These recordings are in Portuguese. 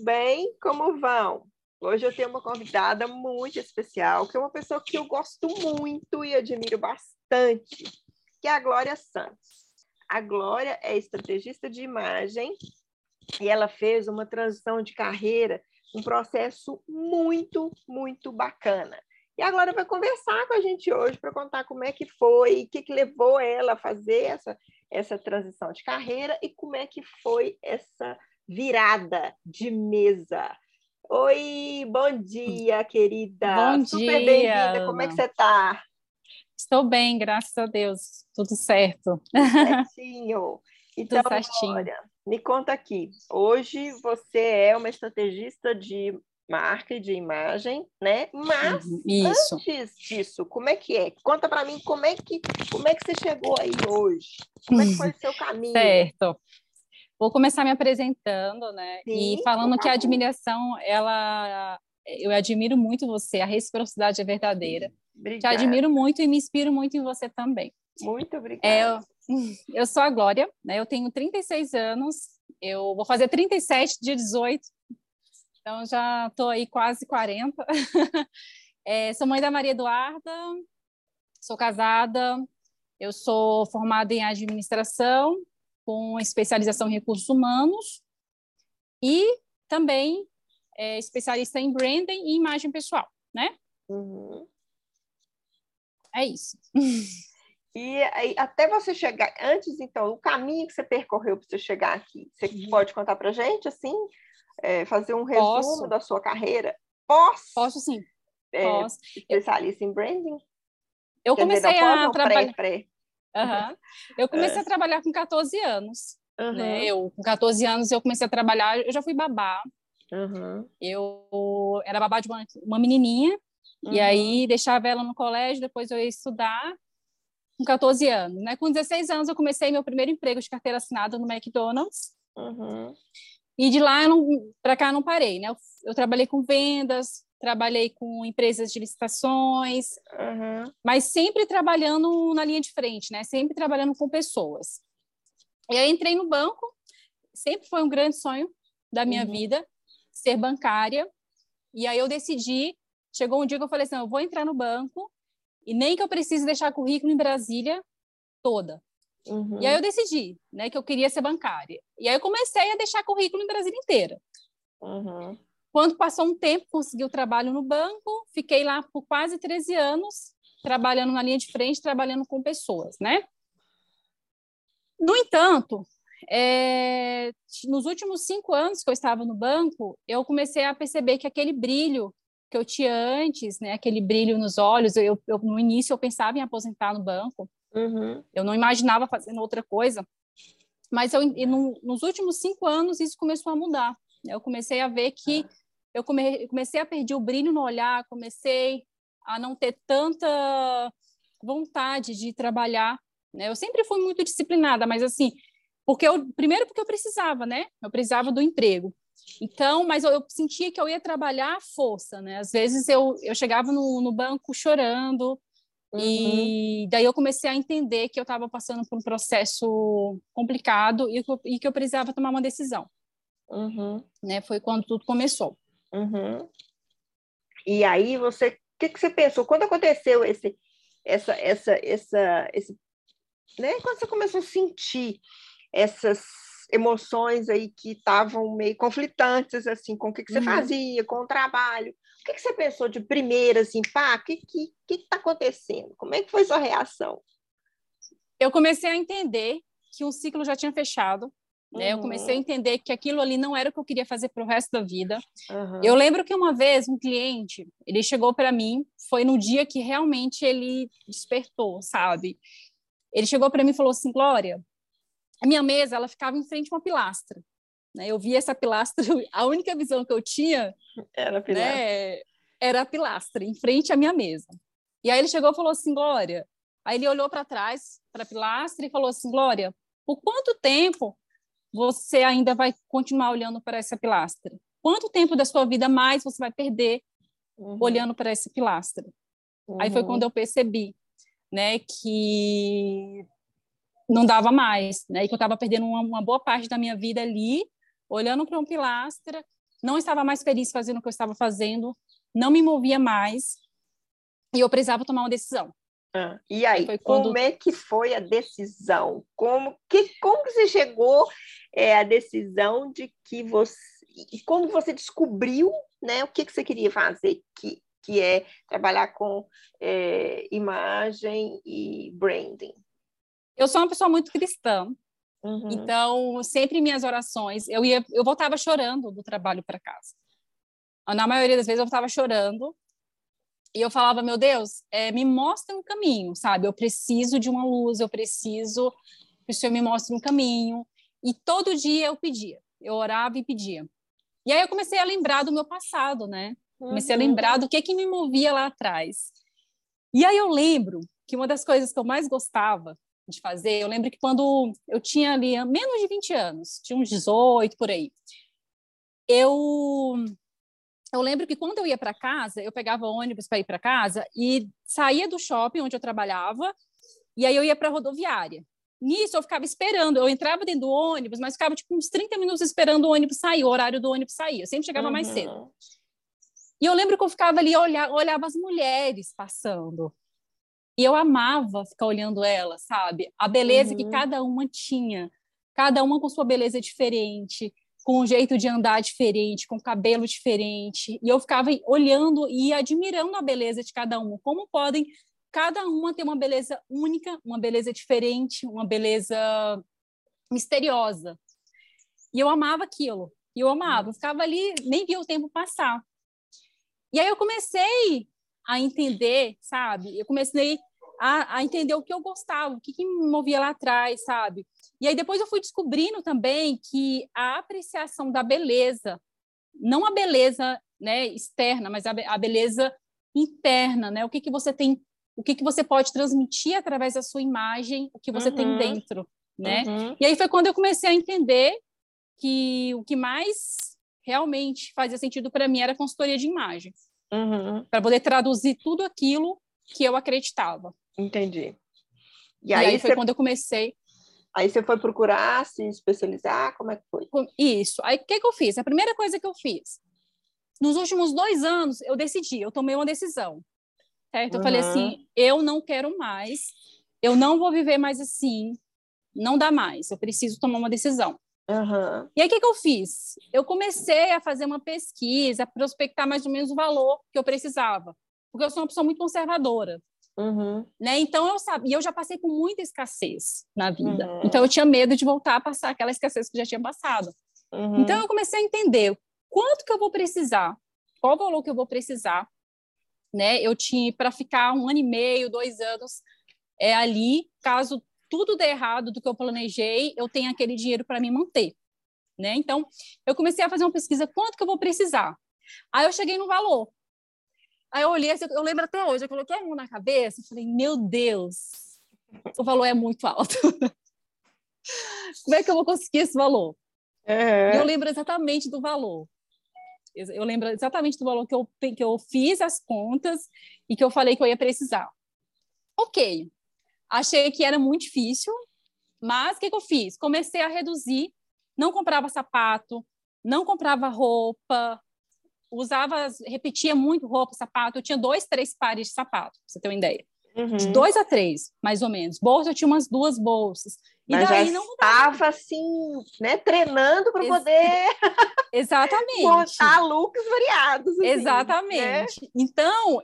bem? Como vão? Hoje eu tenho uma convidada muito especial, que é uma pessoa que eu gosto muito e admiro bastante, que é a Glória Santos. A Glória é estrategista de imagem e ela fez uma transição de carreira, um processo muito bacana. E a Glória vai conversar com a gente hoje para contar como é que foi, o que levou ela a fazer essa transição de carreira e como é que foi essa virada de mesa. Oi, bom dia, querida. Bom Super dia, bem-vinda. Como é que Ana. você está? Estou bem, graças a Deus. Tudo certo. Tudo certinho. Então, Tudo certinho. Glória, me conta aqui. Hoje você é uma estrategista de marca e de imagem, né? Mas Isso. antes disso, como é que é? Conta para mim como é que você chegou aí hoje? Como é que foi o seu caminho? Certo. Vou começar me apresentando, né? E Sim, por falando que a favor. admiração, eu admiro muito você, a reciprocidade é verdadeira. Te Obrigada. admiro muito e me inspiro muito em você também. Muito É, obrigada. eu, eu sou a Glória, né? Eu tenho 36 anos, eu vou fazer 37 dia 18, então já estou aí quase 40. Sou mãe da Maria Eduarda, sou casada, eu sou formada em administração, com especialização em recursos humanos e também especialista em branding e imagem pessoal, né? Uhum. É isso. E aí, até você chegar, antes então, o caminho que você percorreu para você chegar aqui, você pode contar para gente, assim, fazer um resumo Posso, da sua carreira pós posso sim, é, posso. especialista em branding? Eu Quer dizer, não comecei pós, a não, trabalhar. pré. Uhum. Eu comecei É. a trabalhar com 14 anos, né? Uhum, Com 14 anos eu comecei a trabalhar, eu já fui babá. uhum, Eu era babá de uma menininha, e uhum, aí deixava ela no colégio, depois eu ia estudar com 14 anos, né? Com 16 anos eu comecei meu primeiro emprego de carteira assinada no McDonald's, uhum, e de lá para cá eu não parei, né? Eu trabalhei com vendas, trabalhei com empresas de licitações, uhum, mas sempre trabalhando na linha de frente, né? Sempre trabalhando com pessoas. E aí entrei no banco, sempre foi um grande sonho da minha uhum, vida, ser bancária. E aí eu decidi, chegou um dia que eu falei assim, eu vou entrar no banco e nem que eu precise deixar currículo em Brasília toda. E aí uhum, eu decidi, né, que eu queria ser bancária. E aí eu comecei a deixar currículo em Brasília inteira. uhum, Quando passou um tempo, consegui o trabalho no banco, fiquei lá por quase 13 anos, trabalhando na linha de frente, trabalhando com pessoas, né? No entanto, nos últimos 5 anos que eu estava no banco, eu comecei a perceber que aquele brilho que eu tinha antes, né, aquele brilho nos olhos, no início eu pensava em aposentar no banco, uhum, eu não imaginava fazendo outra coisa, mas nos últimos 5 anos isso começou a mudar. Eu comecei a ver que comecei a perder o brilho no olhar, comecei a não ter tanta vontade de trabalhar, né? Eu sempre fui muito disciplinada, mas assim, primeiro porque eu precisava, né? Eu precisava do emprego. Então, mas eu sentia que eu ia trabalhar à força, né? Às vezes eu chegava no banco chorando, uhum, e daí eu comecei a entender que eu estava passando por um processo complicado e que eu precisava tomar uma decisão, uhum, né? Foi quando tudo começou. uhum. E aí o que você pensou? Quando aconteceu esse, né? Quando você começou a sentir essas emoções aí que estavam meio conflitantes, assim, com o que você Uhum. fazia, com o trabalho. O que você pensou de primeira, assim, pá, que está acontecendo? Como é que foi sua reação? Eu comecei a entender que um ciclo já tinha fechado, né? Eu comecei a Uhum, entender que aquilo ali não era o que eu queria fazer para o resto da vida. Eu uhum, lembro que uma vez um cliente, ele chegou para mim, foi no dia que realmente ele despertou, sabe? Ele chegou para mim e falou assim, Glória, a minha mesa, ela ficava em frente a uma pilastra, né? Eu via essa pilastra, a única visão que eu tinha, era Pilar. né, era a pilastra, em frente à minha mesa. E aí ele chegou e falou assim, Glória, aí ele olhou para trás, para a pilastra e falou assim, Glória, por quanto tempo você ainda vai continuar olhando para essa pilastra? Quanto tempo da sua vida mais você vai perder Uhum, olhando para essa pilastra? Aí foi quando uhum, eu percebi, né, que não dava mais, né? E que eu estava perdendo uma boa parte da minha vida ali, olhando para um pilastra, não estava mais feliz fazendo o que eu estava fazendo, não me movia mais, e eu precisava tomar uma decisão. E aí, como é que foi a decisão? Como que você chegou à decisão de que você... E como você descobriu, né, o que você queria fazer, que é trabalhar com imagem e branding? Eu sou uma pessoa muito cristã, então sempre minhas orações, eu voltava chorando do trabalho para casa. Na maioria das vezes eu voltava chorando e eu falava, meu Deus, me mostra um caminho, sabe? Eu preciso de uma luz, eu preciso que o Senhor me mostre um caminho. E todo dia eu pedia, eu orava e pedia. E aí eu comecei a lembrar do meu passado, né? Comecei a lembrar do que me movia lá atrás. E aí eu lembro que uma das coisas que eu mais gostava de fazer, eu lembro que quando eu tinha ali menos de 20 anos, tinha uns 18 por aí, eu lembro que quando eu ia para casa, eu pegava ônibus para ir para casa e saía do shopping onde eu trabalhava e aí eu ia para a rodoviária. Nisso eu ficava esperando, eu entrava dentro do ônibus, mas ficava tipo uns 30 minutos esperando o ônibus sair, o horário do ônibus sair. Eu sempre chegava mais cedo. E eu lembro que eu ficava ali, olhava as mulheres passando. E eu amava ficar olhando elas, sabe? A beleza que cada uma tinha. Cada uma com sua beleza diferente, com um jeito de andar diferente, com cabelo diferente. E eu ficava olhando e admirando a beleza de cada uma. Como podem cada uma ter uma beleza única, uma beleza diferente, uma beleza misteriosa. E eu amava aquilo. E eu amava. Eu ficava ali, nem via o tempo passar. E aí eu comecei a entender, sabe? Eu comecei a entender o que eu gostava, o que me movia lá atrás, sabe? E aí depois eu fui descobrindo também que a apreciação da beleza, não a beleza, né, externa, mas a beleza interna, né? O que você tem, o que você pode transmitir através da sua imagem, o que você tem dentro, né? E aí foi quando eu comecei a entender que o que mais realmente fazia sentido para mim era a consultoria de imagem, para poder traduzir tudo aquilo que eu acreditava. Entendi. E aí foi quando eu comecei. Aí você foi procurar se especializar? Como é que foi? Isso. Aí o que eu fiz? A primeira coisa que eu fiz, nos últimos 2 anos, eu tomei uma decisão. Certo? Eu falei assim, eu não quero mais, eu não vou viver mais assim, não dá mais, eu preciso tomar uma decisão. E aí o que eu fiz? Eu comecei a fazer uma pesquisa, a prospectar mais ou menos o valor que eu precisava, porque eu sou uma pessoa muito conservadora. Né? Então eu sabia, eu já passei por muita escassez na vida, então eu tinha medo de voltar a passar aquela escassez que já tinha passado. Então eu comecei a entender quanto que eu vou precisar, qual valor que eu vou precisar, né? Eu tinha para ficar 1 ano e meio, 2 anos ali, caso tudo dê errado do que eu planejei, eu tenho aquele dinheiro para me manter, né? Então eu comecei a fazer uma pesquisa, quanto que eu vou precisar. Aí eu cheguei no valor. Aí eu olhei, eu lembro até hoje, eu coloquei a mão na cabeça e falei, meu Deus, o valor é muito alto. Como é que eu vou conseguir esse valor? E eu lembro exatamente do valor. Eu lembro exatamente do valor que eu fiz as contas e que eu falei que eu ia precisar. Ok, achei que era muito difícil, mas o que eu fiz? Comecei a reduzir, não comprava sapato, não comprava roupa, repetia muito roupa, sapato. Eu tinha 2, 3 pares de sapato, pra você ter uma ideia. De 2 a 3, mais ou menos. Bolsa, eu tinha umas 2 bolsas. E mas daí já não estava assim, né, treinando para poder exatamente montar looks variados. Assim, exatamente. Né? Então,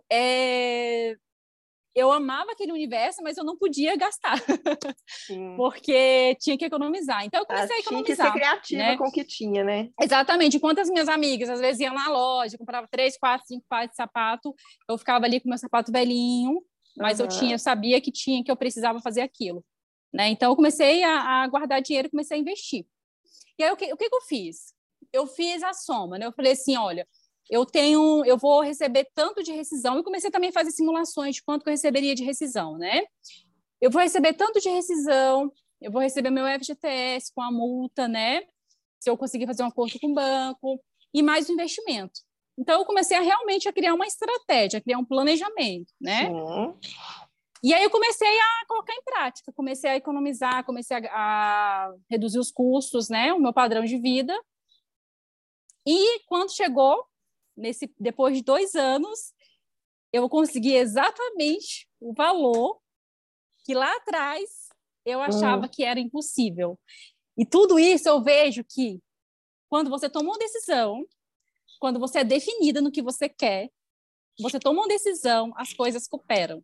eu amava aquele universo, mas eu não podia gastar, porque tinha que economizar. Então, eu comecei a economizar. Tinha que ser criativa, né? Com o que tinha, né? Exatamente. Enquanto as minhas amigas, às vezes, iam na loja, comprava 3, 4, 5 pares de sapato, eu ficava ali com meu sapato velhinho, mas eu sabia que eu precisava fazer aquilo. Né? Então, eu comecei a guardar dinheiro e comecei a investir. E aí, o que eu fiz? Eu fiz a soma, né? Eu falei assim, olha, eu vou receber tanto de rescisão, e comecei também a fazer simulações de quanto que eu receberia de rescisão, né? Eu vou receber tanto de rescisão, eu vou receber meu FGTS com a multa, né? Se eu conseguir fazer um acordo com o banco, e mais o investimento. Então, eu comecei realmente a criar uma estratégia, a criar um planejamento, né? E aí eu comecei a colocar em prática, comecei a economizar, comecei a reduzir os custos, né? O meu padrão de vida. E quando chegou, depois de 2 anos, eu consegui exatamente o valor que lá atrás eu achava que era impossível. E tudo isso eu vejo que quando você toma uma decisão, quando você é definida no que você quer, você toma uma decisão, as coisas cooperam.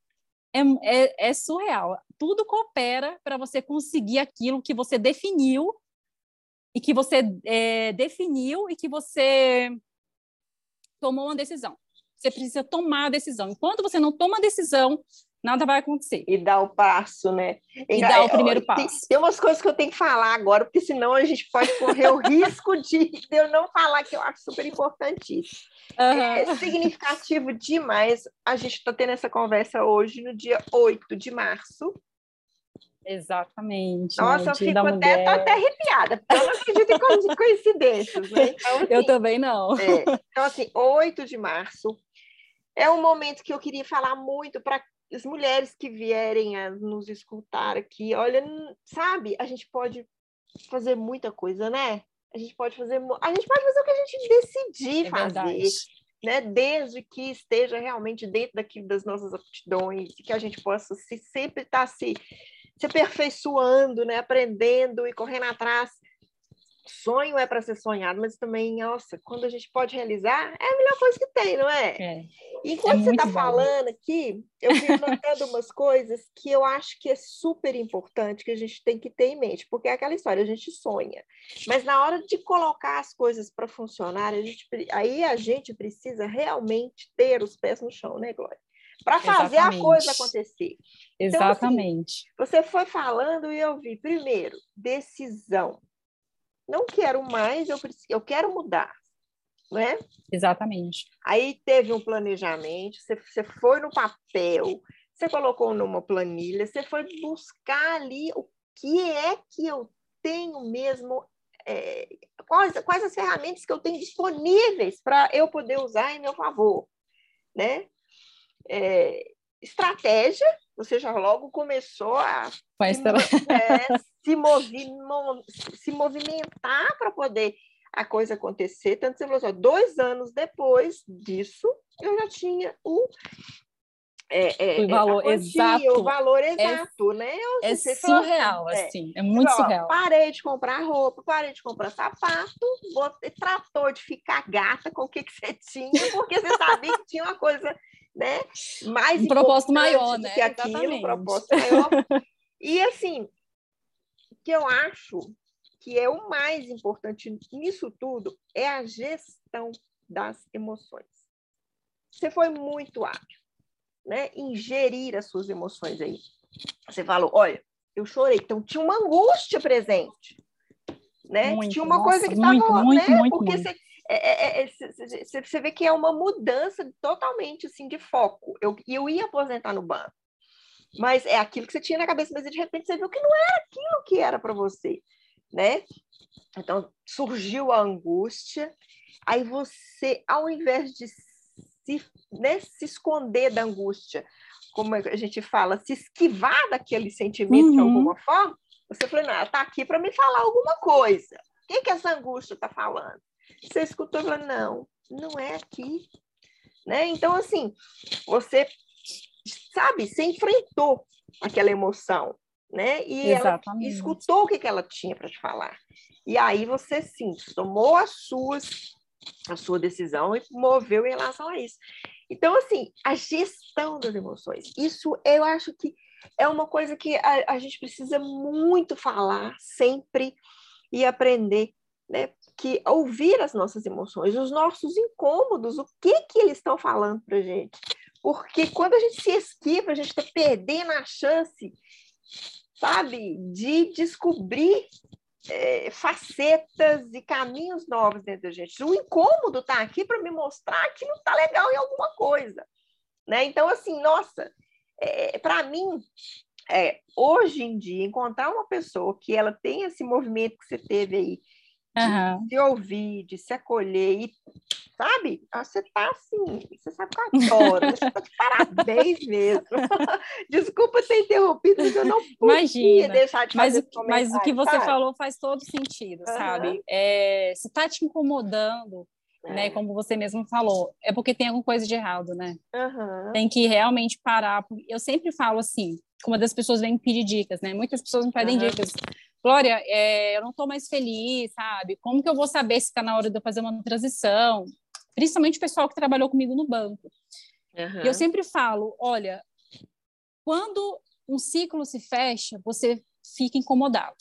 É surreal. Tudo coopera para você conseguir aquilo que você definiu e que você definiu e que você tomou uma decisão. Você precisa tomar a decisão. Enquanto você não toma a decisão, nada vai acontecer. E dar o passo, né? E dar o primeiro passo. Tem umas coisas que eu tenho que falar agora, porque senão a gente pode correr o risco de eu não falar, que eu acho super importantíssimo. É significativo demais a gente estar tendo essa conversa hoje, no dia 8 de março. Exatamente. Nossa, eu fico tô até arrepiada, porque eu não acredito em coincidências, né? Então, assim, eu também não. Então, assim, 8 de março é um momento que eu queria falar muito para as mulheres que vierem a nos escutar aqui. Olha, sabe, a gente pode fazer muita coisa, né? A gente pode fazer o que a gente decidir fazer, verdade. Né? Desde que esteja realmente dentro das nossas aptidões, que a gente possa sempre estar se aperfeiçoando, né? Aprendendo e correndo atrás. Sonho é para ser sonhado, mas também, nossa, quando a gente pode realizar, é a melhor coisa que tem, não é? Enquanto você está falando aqui, eu fui notando umas coisas que eu acho que é super importante, que a gente tem que ter em mente, porque é aquela história, a gente sonha, mas na hora de colocar as coisas para funcionar, aí a gente precisa realmente ter os pés no chão, né, Glória? Para fazer a coisa acontecer. Exatamente. Então, assim, você foi falando e eu vi, primeiro, decisão. Não quero mais, eu quero mudar, não é? Exatamente. Aí teve um planejamento, você foi no papel, você colocou numa planilha, você foi buscar ali o que é que eu tenho mesmo, quais as ferramentas que eu tenho disponíveis para eu poder usar em meu favor, né? Estratégia, você já logo começou a se movimentar para poder a coisa acontecer. Tanto você falou assim, 2 anos depois disso, eu já tinha o valor exato. O valor exato, né? Surreal, assim, é muito surreal. Parei de comprar roupa, parei de comprar sapato, tratou de ficar gata com o que você tinha, porque você sabia que tinha uma coisa, né, mais um propósito maior, do né? que aquilo, um propósito maior. E assim, o que eu acho que é o mais importante nisso tudo é a gestão das emoções. Você foi muito hábil, né, em gerir as suas emoções aí. Você falou, olha, eu chorei, então tinha uma angústia presente, né? Tinha uma coisa que estava, né? Porque você vê que é uma mudança totalmente assim de foco. Eu ia aposentar no banco, mas é aquilo que você tinha na cabeça, mas de repente você viu que não era aquilo que era para você, né? Então surgiu a angústia, aí você, ao invés de se esconder da angústia, como a gente fala, se esquivar daquele sentimento de alguma forma, você falou, não, ela está aqui para me falar alguma coisa. O que essa angústia está falando? Você escutou e falou, não é aqui. Né? Então, assim, você, sabe, você enfrentou aquela emoção, né? E ela escutou o que ela tinha para te falar. E aí você, sim, tomou a sua decisão e moveu em relação a isso. Então, assim, a gestão das emoções, isso eu acho que é uma coisa que a gente precisa muito falar sempre e aprender, né? Que ouvir as nossas emoções, os nossos incômodos, o que eles estão falando para a gente. Porque quando a gente se esquiva, a gente está perdendo a chance, sabe, de descobrir facetas e caminhos novos dentro da gente. O incômodo está aqui para me mostrar que não está legal em alguma coisa, né? Então, assim, nossa, para mim, hoje em dia, encontrar uma pessoa que ela tem esse movimento que você teve aí, de se ouvir, de se acolher e sabe? Você tá assim, você sabe que eu adoro, você tá de parabéns mesmo. Desculpa ter interrompido, mas eu não podia Imagina, deixar de fazer esse mas o que comentário, você sabe? falou faz todo sentido, Aham, sabe? Se tá te incomodando, né, é, como você mesmo falou, é porque tem alguma coisa de errado, né? aham, Tem que realmente parar. Eu sempre falo assim, como das pessoas vêm me pedir dicas, né? Muitas pessoas me pedem aham, dicas. Glória, eu não estou mais feliz, sabe? Como que eu vou saber se está na hora de eu fazer uma transição? Principalmente o pessoal que trabalhou comigo no banco. E eu aham, sempre falo, olha, quando um ciclo se fecha, você fica incomodado.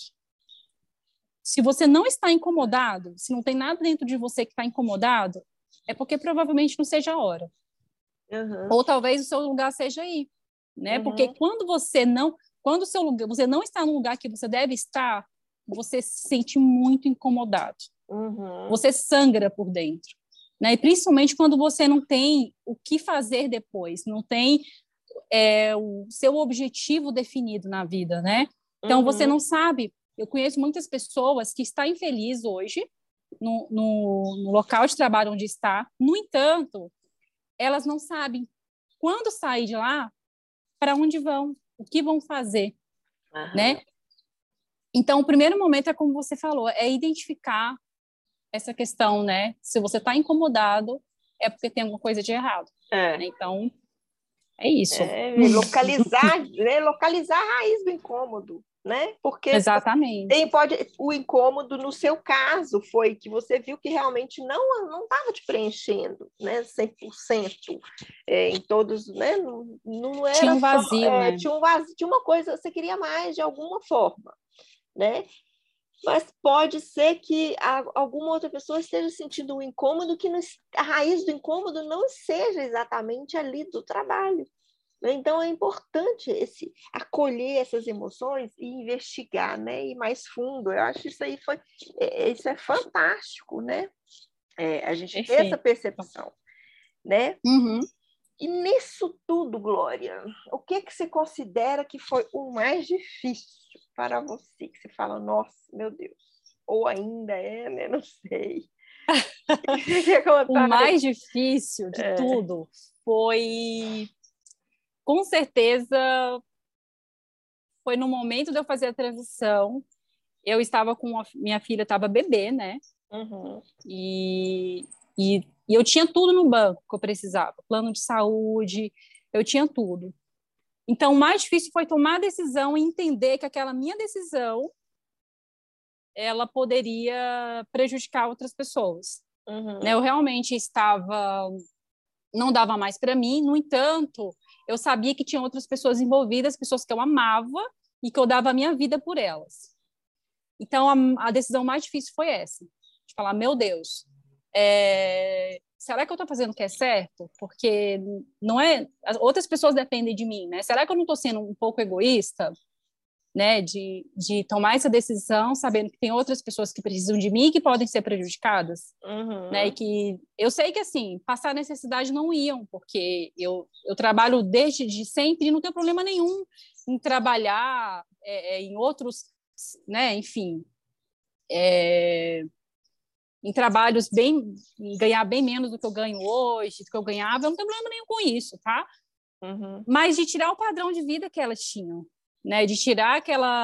Se você não está incomodado, se não tem nada dentro de você que está incomodado, é porque provavelmente não seja a hora. aham, Ou talvez o seu lugar seja aí, né? Porque aham, quando o seu lugar, você não está no lugar que você deve estar, você se sente muito incomodado. uhum, Você sangra por dentro, né? E principalmente quando você não tem o que fazer depois, não tem o seu objetivo definido na vida, né? Então você uhum, não sabe. Eu conheço muitas pessoas que estão infelizes hoje no local de trabalho onde está. No entanto, elas não sabem quando sair de lá, para onde vão, o que vão fazer, aham. né? Então, o primeiro momento é como você falou, é identificar essa questão, né? Se você está incomodado, é porque tem alguma coisa de errado, É. né? Então, é isso. Localizar, né? Localizar a raiz do incômodo, né? Porque Exatamente. o incômodo no seu caso foi que você viu que realmente não estava te preenchendo, né? 100%, em todos, né? Não Tinha era um só, vazio, né? tinha um vazio, tinha uma coisa, você queria mais de alguma forma, né? Mas pode ser que alguma outra pessoa esteja sentindo um incômodo que a raiz do incômodo não seja exatamente ali do trabalho. Então é importante acolher essas emoções e investigar, né? Ir mais fundo. Eu acho isso é fantástico, né? A gente ter essa Perfeito. percepção, né? Uhum. E nisso tudo, Glória, o que que você considera que foi o mais difícil para você? Que você fala, nossa, meu Deus, ou ainda é, né? Não sei. Você quer O contar mais aí? difícil de tudo foi, com certeza, foi no momento de eu fazer a transição. Eu estava minha filha estava bebê, né? Uhum, E, e eu tinha tudo no banco que eu precisava, plano de saúde, eu tinha tudo. Então, o mais difícil foi tomar a decisão e entender que aquela minha decisão ela poderia prejudicar outras pessoas. Né? uhum, Eu realmente não dava mais para mim, no entanto, eu sabia que tinha outras pessoas envolvidas, pessoas que eu amava e que eu dava a minha vida por elas. Então, a decisão mais difícil foi essa, de falar, meu Deus, será que eu estou fazendo o que é certo? Porque não é, outras pessoas dependem de mim, né? Será que eu não estou sendo um pouco egoísta, né? De tomar essa decisão, sabendo que tem outras pessoas que precisam de mim e que podem ser prejudicadas, né? E uhum, que eu sei que assim passar necessidade não iam, porque eu trabalho desde de sempre e não tenho problema nenhum em trabalhar em outros, né? Enfim, em trabalhos em ganhar bem menos do que eu ganho hoje, do que eu ganhava, eu não tenho problema nenhum com isso, tá? uhum. Mas de tirar o padrão de vida que elas tinham, né? De tirar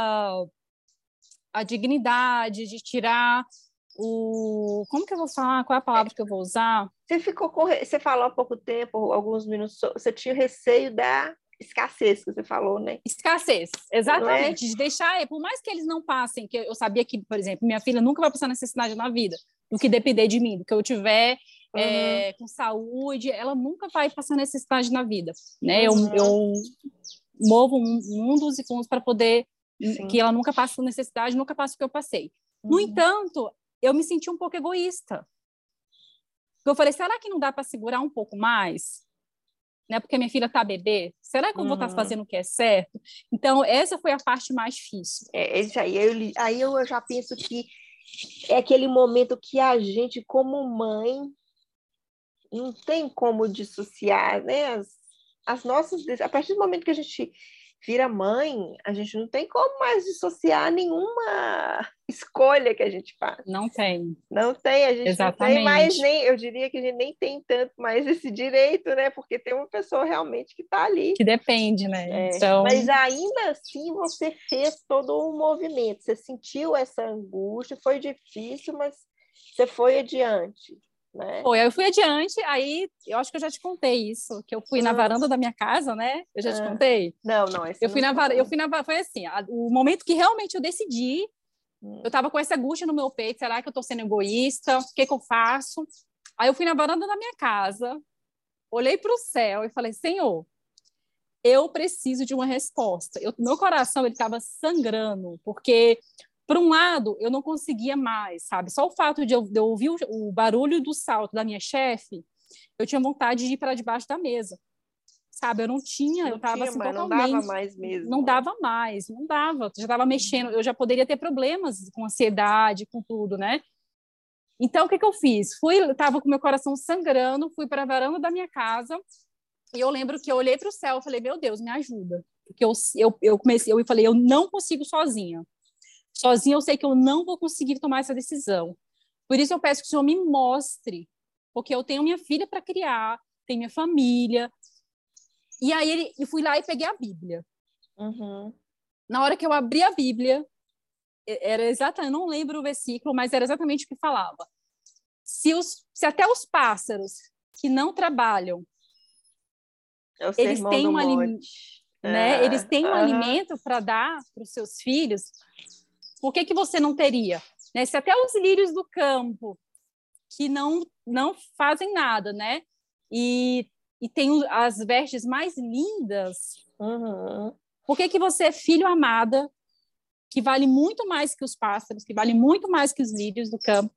a dignidade, de tirar como que eu vou falar? Qual é a palavra que eu vou usar? Você falou há pouco tempo, alguns minutos, você tinha receio da escassez que você falou, né? Escassez, Não é? exatamente. De deixar, por mais que eles não passem, que eu sabia que, por exemplo, minha filha nunca vai passar necessidade na vida, do que depender de mim, do que eu tiver Uhum, com saúde, ela nunca vai passar necessidade na vida, né? uhum, Eu movo mundos e fundos para poder que sim. ela nunca passe necessidade, nunca passe o que eu passei. No Uhum, entanto, eu me senti um pouco egoísta. Porque eu falei, será que não dá para segurar um pouco mais? Né? Porque minha filha está bebê. Será que eu vou estar uhum. fazendo o que é certo? Então, essa foi a parte mais difícil. É isso aí. Aí eu já penso que é aquele momento que a gente, como mãe, não tem como dissociar, né? As nossas, a partir do momento que a gente vira mãe, a gente não tem como mais dissociar nenhuma escolha que a gente faz. Não tem. Não tem, a gente Exatamente. não tem mais nem, eu diria que a gente nem tem tanto mais esse direito, né? Porque tem uma pessoa realmente que está ali. Que depende, né? Então... Mas ainda assim você fez todo um movimento, você sentiu essa angústia, foi difícil, mas você foi adiante, né? Foi, eu fui adiante, aí eu acho que eu já te contei isso, que eu fui na varanda da minha casa, né? Eu já te contei? Não, eu fui na varanda, foi assim, o momento que realmente eu decidi, eu tava com essa angústia no meu peito, será que eu tô sendo egoísta? O que que eu faço? Aí eu fui na varanda da minha casa, olhei para o céu e falei, Senhor, eu preciso de uma resposta. Meu coração, ele estava sangrando, porque, por um lado, eu não conseguia mais, sabe? Só o fato de eu ouvir o barulho do salto da minha chefe, eu tinha vontade de ir para debaixo da mesa, sabe? Eu estava assim, mas totalmente... não dava mais mesmo. Não dava mais, não dava. Já estava mexendo, eu já poderia ter problemas com ansiedade, com tudo, né? Então, o que que eu fiz? Estava com meu coração sangrando, fui para a varanda da minha casa, e eu lembro que eu olhei para o céu e falei, meu Deus, me ajuda. Porque eu falei, eu não consigo sozinha. Sozinha eu sei que eu não vou conseguir tomar essa decisão. Por isso eu peço que o Senhor me mostre, porque eu tenho minha filha para criar, tenho minha família. E aí eu fui lá e peguei a Bíblia. Uhum. Na hora que eu abri a Bíblia, era exatamente, eu não lembro o versículo, mas era exatamente o que falava. Se até os pássaros que não trabalham, eles têm um alimento, né? Eles têm um alimento para dar para os seus filhos, por que que você não teria? Né? Se até os lírios do campo, que não fazem nada, né? E tem as vestes mais lindas, por que que você é filho amada, que vale muito mais que os pássaros, que vale muito mais que os lírios do campo,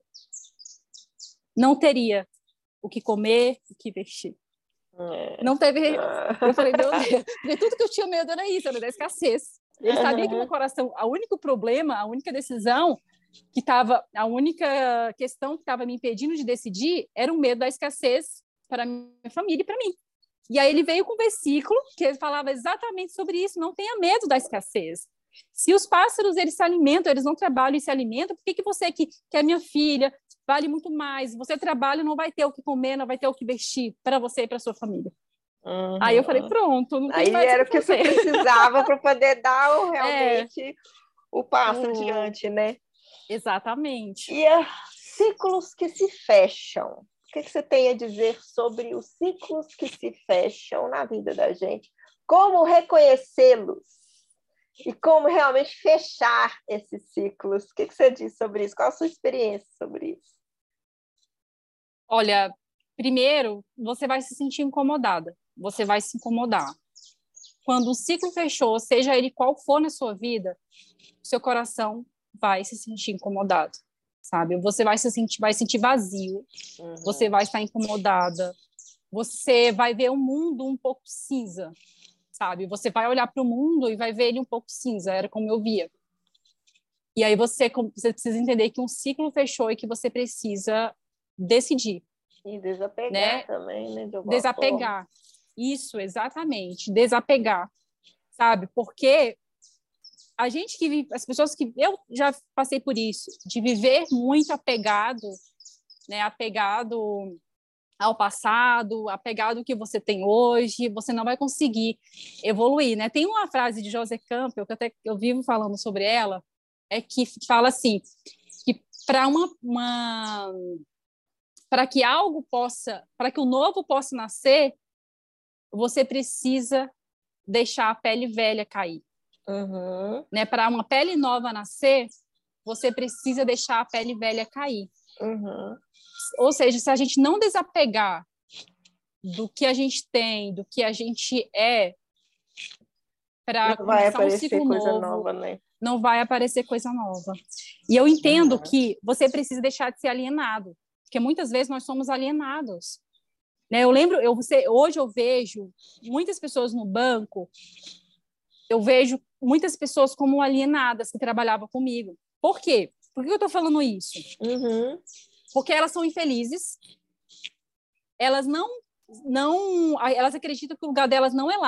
não teria o que comer, o que vestir? Não teve. Eu falei, meu Deus, porque tudo que eu tinha medo era isso, era da escassez. Ele sabia que meu coração, o único problema, a única decisão que estava, a única questão que estava me impedindo de decidir era o medo da escassez para minha família e para mim. E aí ele veio com um versículo que ele falava exatamente sobre isso, não tenha medo da escassez. Se os pássaros, eles se alimentam, eles não trabalham e se alimentam, por que você que é minha filha, vale muito mais, você trabalha, não vai ter o que comer, não vai ter o que vestir para você e para sua família. Aí eu falei, pronto, não tem aí mais era o que você precisava para poder dar realmente o passo adiante, né? Exatamente. E ciclos que se fecham. O que você tem a dizer sobre os ciclos que se fecham na vida da gente? Como reconhecê-los? E como realmente fechar esses ciclos? O que você diz sobre isso? Qual a sua experiência sobre isso? Olha, primeiro, você vai se sentir incomodada. Você vai se incomodar. Quando o ciclo fechou, seja ele qual for na sua vida, seu coração vai se sentir incomodado, sabe? Você vai sentir vazio, você vai estar incomodada, você vai ver o mundo um pouco cinza, sabe? Você vai olhar para o mundo e vai ver ele um pouco cinza, era como eu via. E aí você precisa entender que um ciclo fechou e que você precisa decidir. E desapegar, né? Também, né? Desapegar. Isso, exatamente. Desapegar, sabe? Porque a gente que vive, as pessoas que... Eu já passei por isso, de viver muito apegado, né? Apegado ao passado, apegado ao que você tem hoje, você não vai conseguir evoluir, né? Tem uma frase de José Campbell, que até eu vivo falando sobre ela, que fala assim, que para que algo possa, para que o novo possa nascer, você precisa deixar a pele velha cair. Né? Para uma pele nova nascer, você precisa deixar a pele velha cair. Ou seja, se a gente não desapegar do que a gente tem, do que a gente é, para começar um ciclo novo, né? Não vai aparecer coisa nova. E eu entendo que você precisa deixar de ser alienado, porque muitas vezes nós somos alienados. Né? Hoje eu vejo muitas pessoas no banco, eu vejo muitas pessoas como alienadas que trabalhavam comigo. Por quê? Por que eu estou falando isso? Porque elas são infelizes, elas elas acreditam que o lugar delas não é lá,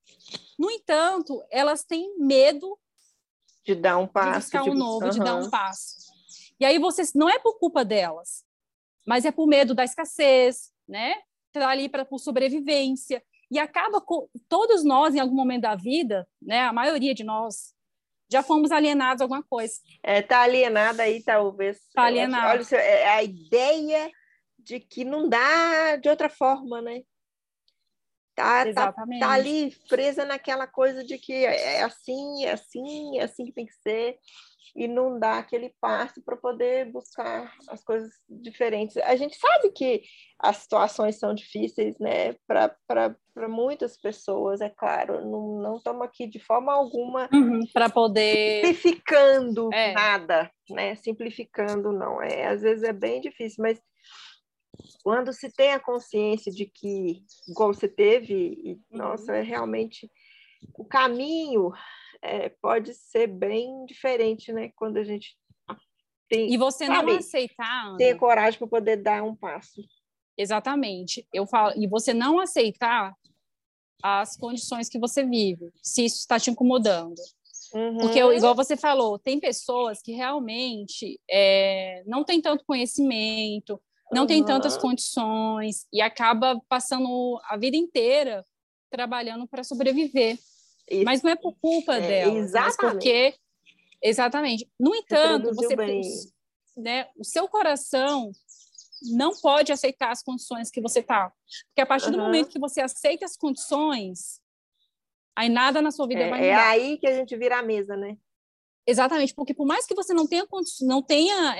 No entanto, elas têm medo de dar um de passo. buscar um novo, de dar um Aham. passo. E aí não é por culpa delas, mas é por medo da escassez, né? Tá ali por sobrevivência. E acaba todos nós, em algum momento da vida, né? A maioria de nós já fomos alienados a alguma coisa. Tá alienada aí, talvez. Tá Eu acho, alienado. olha, a ideia de que não dá de outra forma, né? Tá Exatamente. ali presa naquela coisa de que é assim, é assim, é assim que tem que ser, e não dá aquele passo para poder buscar as coisas diferentes. A gente sabe que as situações são difíceis, né, para muitas pessoas, é claro, não estamos aqui de forma alguma Para poder simplificando nada, né? Simplificando não, às vezes é bem difícil, mas quando se tem a consciência de que, igual você teve, nossa, é realmente o caminho pode ser bem diferente, né? Quando a gente tem, e você sabe, não aceitar, Ana, ter coragem para poder dar um passo. Exatamente. Eu falo, e você não aceitar as condições que você vive, se isso está te incomodando. Porque, igual você falou, tem pessoas que realmente não têm tanto conhecimento, não têm tantas condições e acaba passando a vida inteira trabalhando para sobreviver. Isso. Mas não é por culpa delas, mas porque... Exatamente. No entanto, o seu coração não pode aceitar as condições que você está. Porque a partir do momento que você aceita as condições, aí nada na sua vida vai mudar. É aí que a gente vira a mesa, né? Exatamente, porque por mais que você não tenha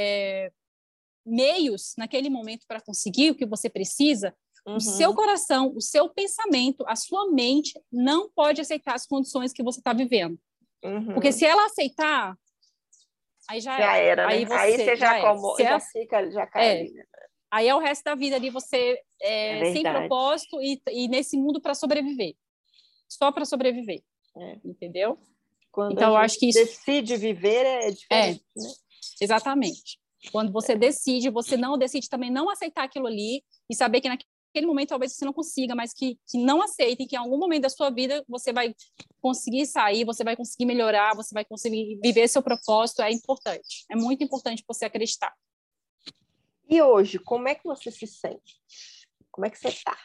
meios naquele momento para conseguir o que você precisa, o seu coração, o seu pensamento, a sua mente não pode aceitar as condições que você está vivendo. Porque se ela aceitar, aí já era, aí né? Aí você já cai ali, né? Aí é o resto da vida ali você sem propósito e nesse mundo para sobreviver. Só para sobreviver. Entendeu? Quando então, eu acho que isso decide viver é diferente, né? Exatamente. Quando você decide, você não decide também não aceitar aquilo ali e saber que naquele momento talvez você não consiga, mas que não aceite, que em algum momento da sua vida você vai conseguir sair, você vai conseguir melhorar, você vai conseguir viver seu propósito, é importante. É muito importante você acreditar. E hoje, como é que você se sente? Como é que você está?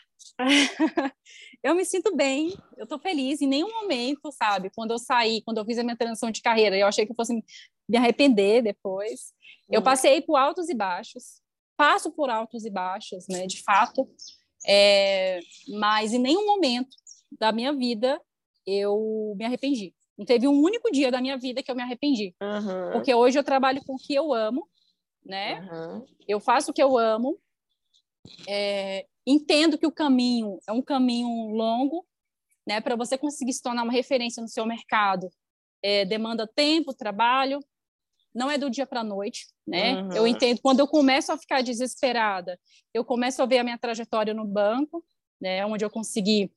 Eu me sinto bem, eu estou feliz. Em nenhum momento, sabe? Quando eu fiz a minha transição de carreira, eu achei que eu fosse me arrepender depois. Eu passei por altos e baixos, passo por altos e baixos, né? De fato. Mas em nenhum momento da minha vida eu me arrependi. Não teve um único dia da minha vida que eu me arrependi. Porque hoje eu trabalho com o que eu amo, né? Eu faço o que eu amo. Entendo que o caminho é um caminho longo, né? Para você conseguir se tornar uma referência no seu mercado, demanda tempo, trabalho, não é do dia para a noite, né? Eu entendo, quando eu começo a ficar desesperada, eu começo a ver a minha trajetória no banco, né? Onde eu consegui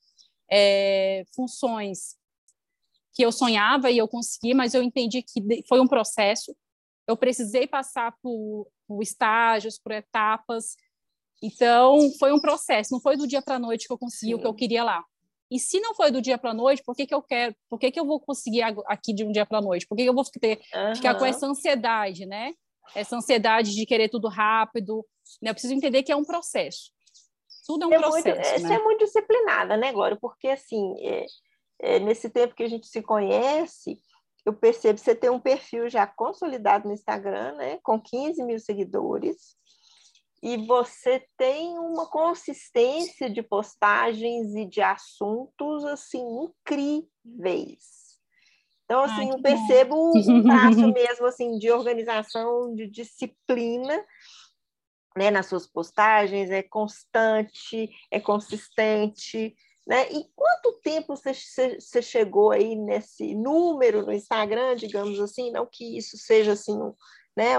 funções que eu sonhava e eu consegui, mas eu entendi que foi um processo. Eu precisei passar por estágios, por etapas. Então, foi um processo, não foi do dia para a noite que eu consegui o que eu queria lá. E se não foi do dia para a noite, por que que eu vou conseguir aqui de um dia para a noite? Por que eu vou ficar com essa ansiedade, né? Essa ansiedade de querer tudo rápido, né? Eu preciso entender que é um processo. Tudo é um processo, Você é muito disciplinada, né, Glória? Porque, assim, nesse tempo que a gente se conhece, eu percebo que você tem um perfil já consolidado no Instagram, né? Com 15 mil seguidores. E você tem uma consistência de postagens e de assuntos, assim, incríveis. Então, assim, eu percebo um traço mesmo, assim, de organização, de disciplina, né, nas suas postagens, é constante, é consistente, né? E quanto tempo você chegou aí nesse número no Instagram, digamos assim, não que isso seja, assim, né,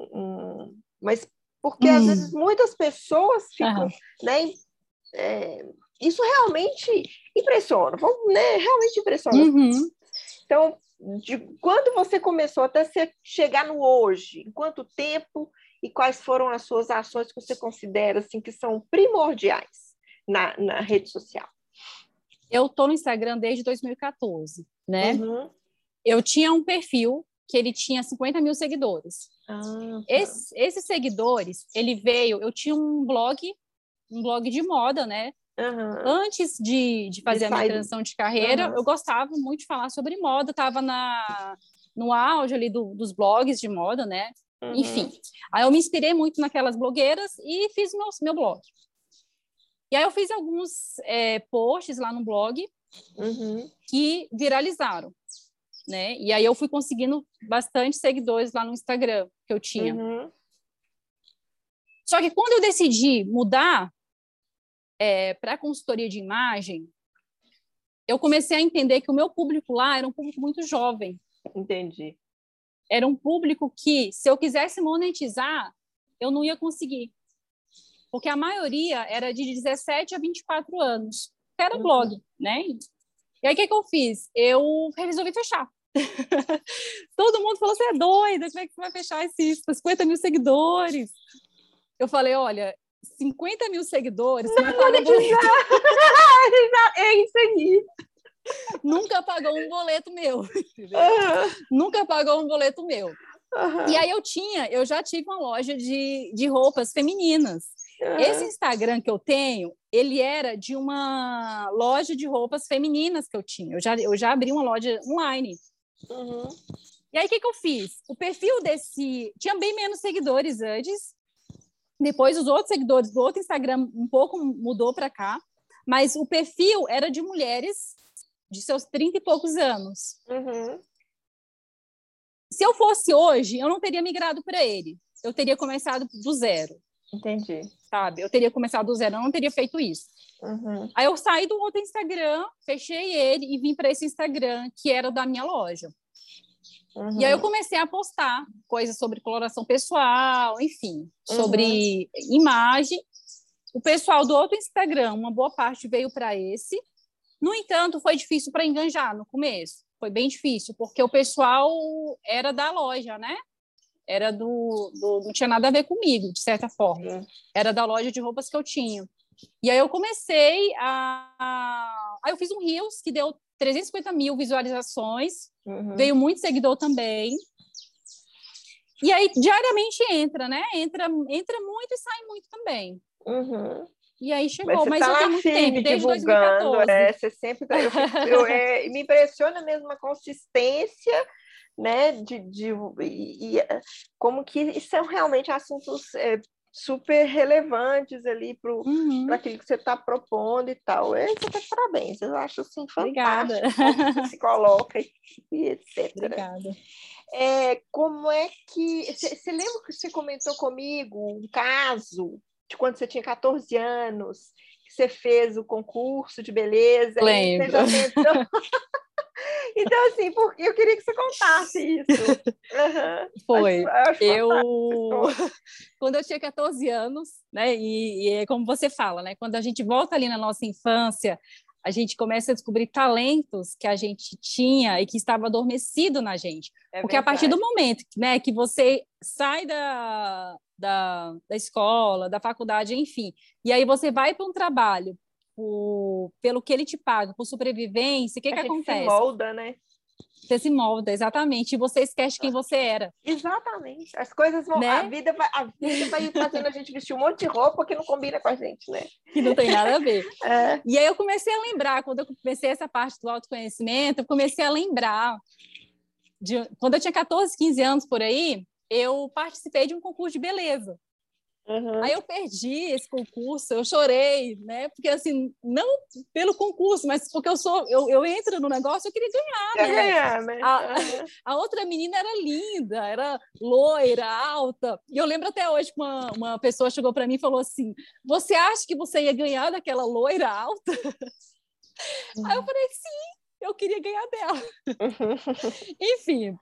mas porque às vezes muitas pessoas ficam, né? Isso realmente impressiona, né? Realmente impressiona. Então, de quando você começou até você chegar no hoje, em quanto tempo e quais foram as suas ações que você considera assim que são primordiais na rede social? Eu tô no Instagram desde 2014, né? Uhum. Eu tinha um perfil que ele tinha 50 mil seguidores. Ah, tá. Esses seguidores, ele veio... Eu tinha um blog de moda, né? Uhum. Antes de fazer a minha transição de carreira, eu gostava muito de falar sobre moda, estava no auge ali dos blogs de moda, né? Enfim, aí eu me inspirei muito naquelas blogueiras e fiz meu blog. E aí eu fiz alguns posts lá no blog que viralizaram, né? E aí eu fui conseguindo bastante seguidores lá no Instagram que eu tinha. Só que quando eu decidi mudar para a consultoria de imagem, eu comecei a entender que o meu público lá era um público muito jovem. Entendi. Era um público que, se eu quisesse monetizar, eu não ia conseguir. Porque a maioria era de 17 a 24 anos. Era blog, né? E aí, o que eu fiz? Eu resolvi fechar. Todo mundo falou, você é doida, como é que você vai fechar esses 50 mil seguidores? Eu falei, olha, 50 mil seguidores não paga boleto. É isso aí. Nunca pagou um boleto meu, entendeu? Nunca pagou um boleto meu. E aí eu já tive uma loja de roupas femininas. Esse Instagram que eu tenho, ele era de uma loja de roupas femininas que eu tinha. Eu já abri uma loja online. E aí, o que eu fiz? O perfil tinha bem menos seguidores antes. Depois, os outros seguidores do outro Instagram um pouco mudou para cá. Mas o perfil era de mulheres de seus 30 e poucos anos. Se eu fosse hoje, eu não teria migrado para ele. Eu teria começado do zero. Entendi. Sabe? Eu teria começado do zero, eu não teria feito isso. Aí eu saí do outro Instagram, fechei ele e vim para esse Instagram, que era da minha loja. E aí eu comecei a postar coisas sobre coloração pessoal, enfim, sobre imagem. O pessoal do outro Instagram, uma boa parte veio para esse. No entanto, foi difícil para enganjar no começo. Foi bem difícil, porque o pessoal era da loja, né? Era não tinha nada a ver comigo, de certa forma. Era da loja de roupas que eu tinha. E aí eu comecei Aí eu fiz um Reels que deu 350 mil visualizações. Veio muito seguidor também. E aí, diariamente entra, né? Entra muito e sai muito também. E aí chegou, mas já tem muito tempo, desde 2014. Você sempre... me impressiona mesmo a consistência, né? Como que são realmente assuntos super relevantes ali para aquilo que você está propondo e tal. Você está de parabéns, eu acho assim fantástico. Obrigada. Como você se coloca e etc. Obrigada. Como é que... Você lembra que você comentou comigo um caso de quando você tinha 14 anos, que você fez o concurso de beleza? Lembro. E você já tentou... Então, assim, porque eu queria que você contasse isso. Foi. Quando eu tinha 14 anos, né? E é como você fala, né? Quando a gente volta ali na nossa infância, a gente começa a descobrir talentos que a gente tinha e que estava adormecido na gente. Porque a partir do momento, né, que você sai da escola, da faculdade, enfim, e aí você vai para um trabalho pelo que ele te paga, por sobrevivência, o que acontece? Se molda, né? Você se molda, exatamente, e você esquece quem você era. Exatamente. As coisas vão... Né? A vida vai fazendo a gente vestir um monte de roupa que não combina com a gente, né? Que não tem nada a ver. E aí eu comecei a lembrar, quando eu comecei essa parte do autoconhecimento, eu comecei a lembrar, quando eu tinha 14, 15 anos por aí, eu participei de um concurso de beleza. Aí eu perdi esse concurso, eu chorei, né? Porque assim, não pelo concurso, mas porque eu entro no negócio, eu queria ganhar, né? A outra menina era linda, era loira, alta. E eu lembro até hoje que uma pessoa chegou para mim e falou assim: "Você acha que você ia ganhar daquela loira alta?" Aí eu falei: "Sim, eu queria ganhar dela." Enfim,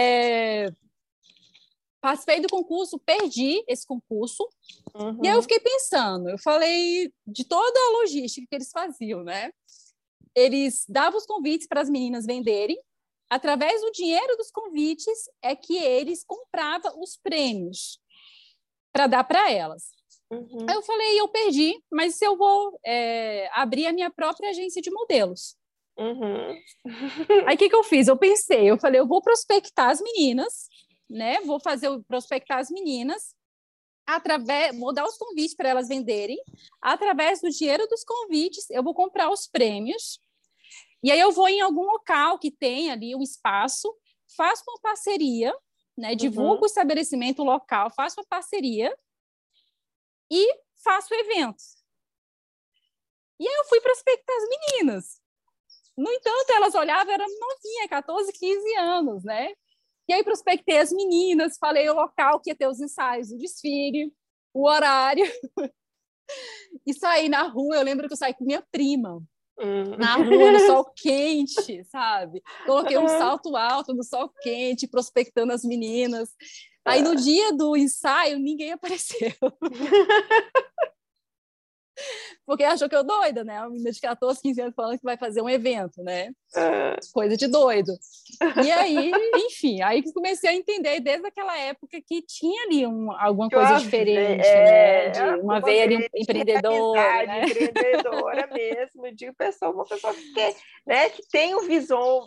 participei do concurso, perdi esse concurso, e aí eu fiquei pensando, eu falei de toda a logística que eles faziam, né? Eles davam os convites para as meninas venderem, através do dinheiro dos convites é que eles compravam os prêmios para dar para elas. Aí eu falei, eu perdi, mas eu vou abrir a minha própria agência de modelos. Aí o que eu fiz? Eu falei, eu vou prospectar as meninas, né? Vou prospectar as meninas, vou dar os convites para elas venderem. Através do dinheiro dos convites, eu vou comprar os prêmios. E aí eu vou em algum local que tem ali um espaço, faço uma parceria, né? Divulgo o estabelecimento local, faço uma parceria e faço eventos. E aí eu fui prospectar as meninas. No entanto, elas olhavam, eram novinha, 14, 15 anos, né? E aí prospectei as meninas, falei o local que ia ter os ensaios, o desfile, o horário. E saí na rua, eu lembro que eu saí com minha prima, na rua, no sol quente, sabe? Coloquei um salto alto no sol quente, prospectando as meninas. Aí no dia do ensaio, ninguém apareceu. Porque achou que eu doida, né? Uma menina de 14, 15 anos falando que vai fazer um evento, né? Coisa de doido. E aí, enfim, aí que comecei a entender desde aquela época que tinha ali alguma coisa diferente, né? De uma veia ali empreendedora, né? Empreendedora mesmo, de uma pessoa que tem visão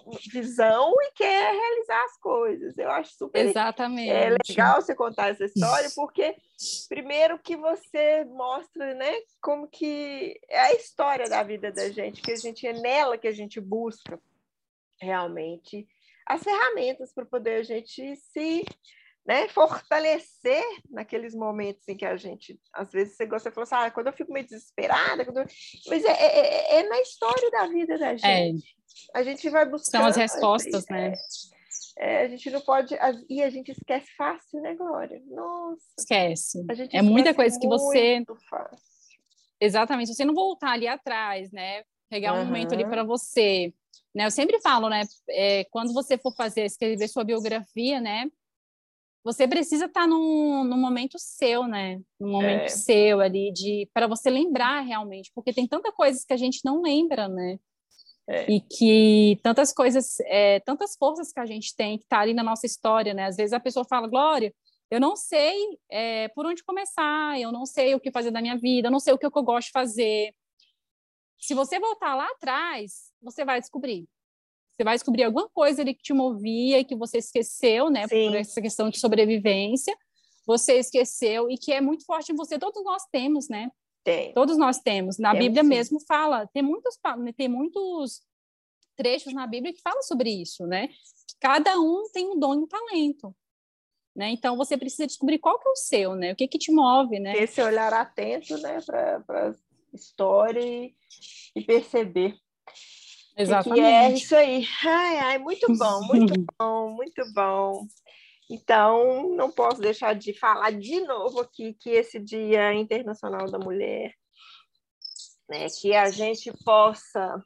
e quer realizar as coisas. Eu acho super legal você contar essa história, porque primeiro que você mostra, né, como que é a história da vida da gente, que a gente é nela que a gente busca realmente as ferramentas para poder a gente se, né, fortalecer naqueles momentos em que a gente, às vezes você falou assim, quando eu fico meio desesperada, mas é na história da vida da gente. A gente vai buscando. São as respostas, né? A gente não pode... E a gente esquece fácil, né, Glória? Nossa. Esquece. É muita coisa que você... Fácil. Exatamente. Se você não voltar ali atrás, né? Pegar um momento ali para você... Né? Eu sempre falo, né? Quando você for escrever sua biografia, né? Você precisa estar num momento seu, né? Num momento seu ali, para você lembrar realmente. Porque tem tanta coisas que a gente não lembra, né? E que tantas coisas, tantas forças que a gente tem que tá ali na nossa história, né? Às vezes a pessoa fala, Glória, eu não sei por onde começar, eu não sei o que fazer da minha vida, eu não sei o que eu gosto de fazer. Se você voltar lá atrás, você vai descobrir. Você vai descobrir alguma coisa ali que te movia e que você esqueceu, né? Sim. Por essa questão de sobrevivência, você esqueceu e que é muito forte em você. Todos nós temos, né? Todos nós temos. Na Bíblia mesmo fala, tem muitos trechos na Bíblia que falam sobre isso, né? Cada um tem um dom e um talento, né? Então você precisa descobrir qual que é o seu, né? O que te move, né? Esse olhar atento, né, para a história e perceber. Exatamente. Que é isso aí. Ai, muito bom, muito bom, muito bom. Então, não posso deixar de falar de novo aqui que esse Dia Internacional da Mulher, né, que a gente possa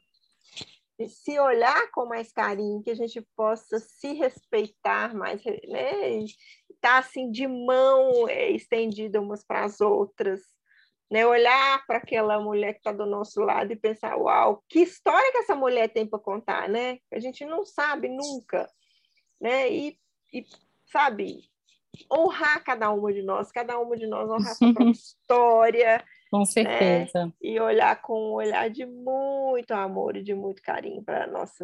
se olhar com mais carinho, que a gente possa se respeitar mais, né, estar assim de mão estendida umas para as outras, né, olhar para aquela mulher que está do nosso lado e pensar, uau, que história que essa mulher tem para contar, né? A gente não sabe nunca, né? E sabe, honrar cada uma de nós honrar sua própria história. Com certeza. Né? E olhar com um olhar de muito amor e de muito carinho para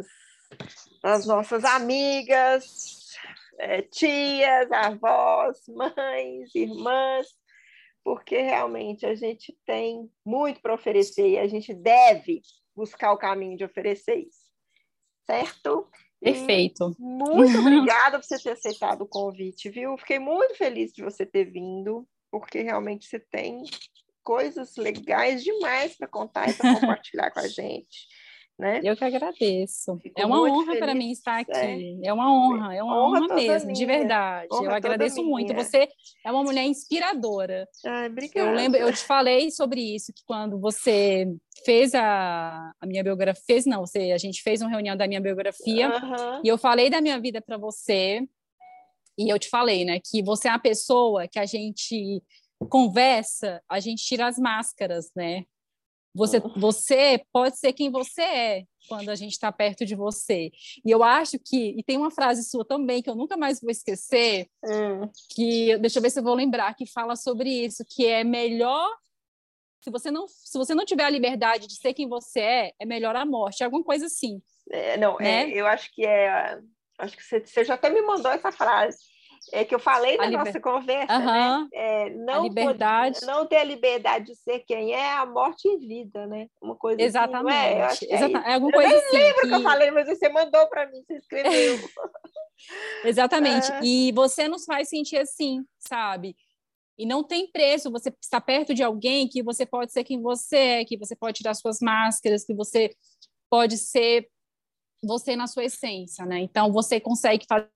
as nossas amigas, tias, avós, mães, irmãs, porque realmente a gente tem muito para oferecer e a gente deve buscar o caminho de oferecer isso, certo? Perfeito. E muito obrigada por você ter aceitado o convite, viu? Fiquei muito feliz de você ter vindo, porque realmente você tem coisas legais demais para contar e para compartilhar com a gente. Né? Eu que agradeço. É uma honra para mim estar aqui. É uma honra mesmo, de verdade. Eu agradeço muito. Você é uma mulher inspiradora. Ai, obrigada. Eu te falei sobre isso, que quando você fez a minha biografia, a gente fez uma reunião da minha biografia, e eu falei da minha vida para você, e eu te falei, né, que você é a pessoa que a gente conversa, a gente tira as máscaras, né? Você pode ser quem você é quando a gente está perto de você. E eu acho e tem uma frase sua também que eu nunca mais vou esquecer, deixa eu ver se eu vou lembrar, que fala sobre isso, que é melhor, se você não tiver a liberdade de ser quem você é melhor a morte, alguma coisa assim. Eu acho que acho que você já até me mandou essa frase. Que eu falei na nossa conversa, né? Não ter a liberdade de ser quem é a morte em vida, né? Uma coisa exatamente, assim, não é? Eu acho que é alguma coisa nem assim. lembro que eu falei, mas você mandou para mim, você escreveu. Exatamente. E você nos faz sentir assim, sabe? E não tem preço você estar perto de alguém que você pode ser quem você é, que você pode tirar suas máscaras, que você pode ser você na sua essência, né? Então, você consegue fazer,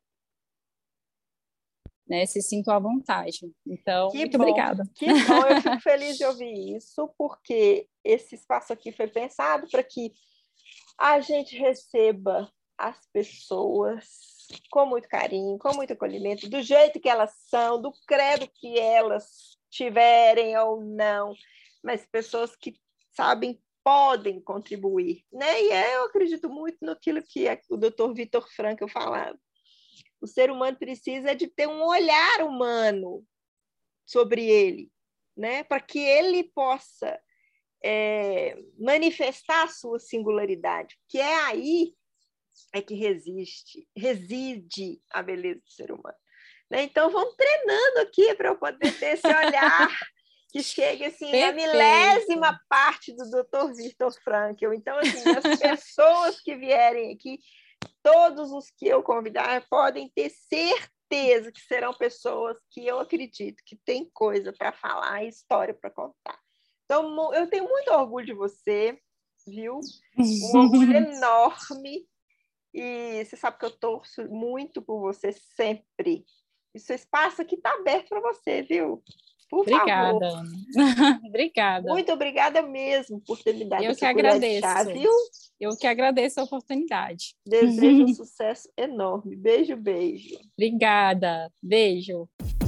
né? Se sinto à vontade. Então, muito obrigada. Que bom, eu fico feliz de ouvir isso, porque esse espaço aqui foi pensado para que a gente receba as pessoas com muito carinho, com muito acolhimento, do jeito que elas são, do credo que elas tiverem ou não, mas pessoas que sabem, podem contribuir, né? E eu acredito muito naquilo que o Dr. Viktor Frankl falava. O ser humano precisa de ter um olhar humano sobre ele, né? Para que ele possa manifestar a sua singularidade, que é aí que reside a beleza do ser humano. Né? Então, vamos treinando aqui para eu poder ter esse olhar que chegue assim, na milésima parte do Dr. Viktor Frankl. Então, assim, as pessoas que vierem aqui, todos os que eu convidar, podem ter certeza que serão pessoas que eu acredito que têm coisa para falar e história para contar. Então, eu tenho muito orgulho de você, viu? Um orgulho enorme. E você sabe que eu torço muito por você sempre. E seu espaço aqui está aberto para você, viu? Por favor. Ana. Obrigada. Muito obrigada mesmo por ter me dado essa colher de chá, viu? Eu que agradeço a oportunidade. Desejo um sucesso enorme. Beijo, beijo. Obrigada. Beijo.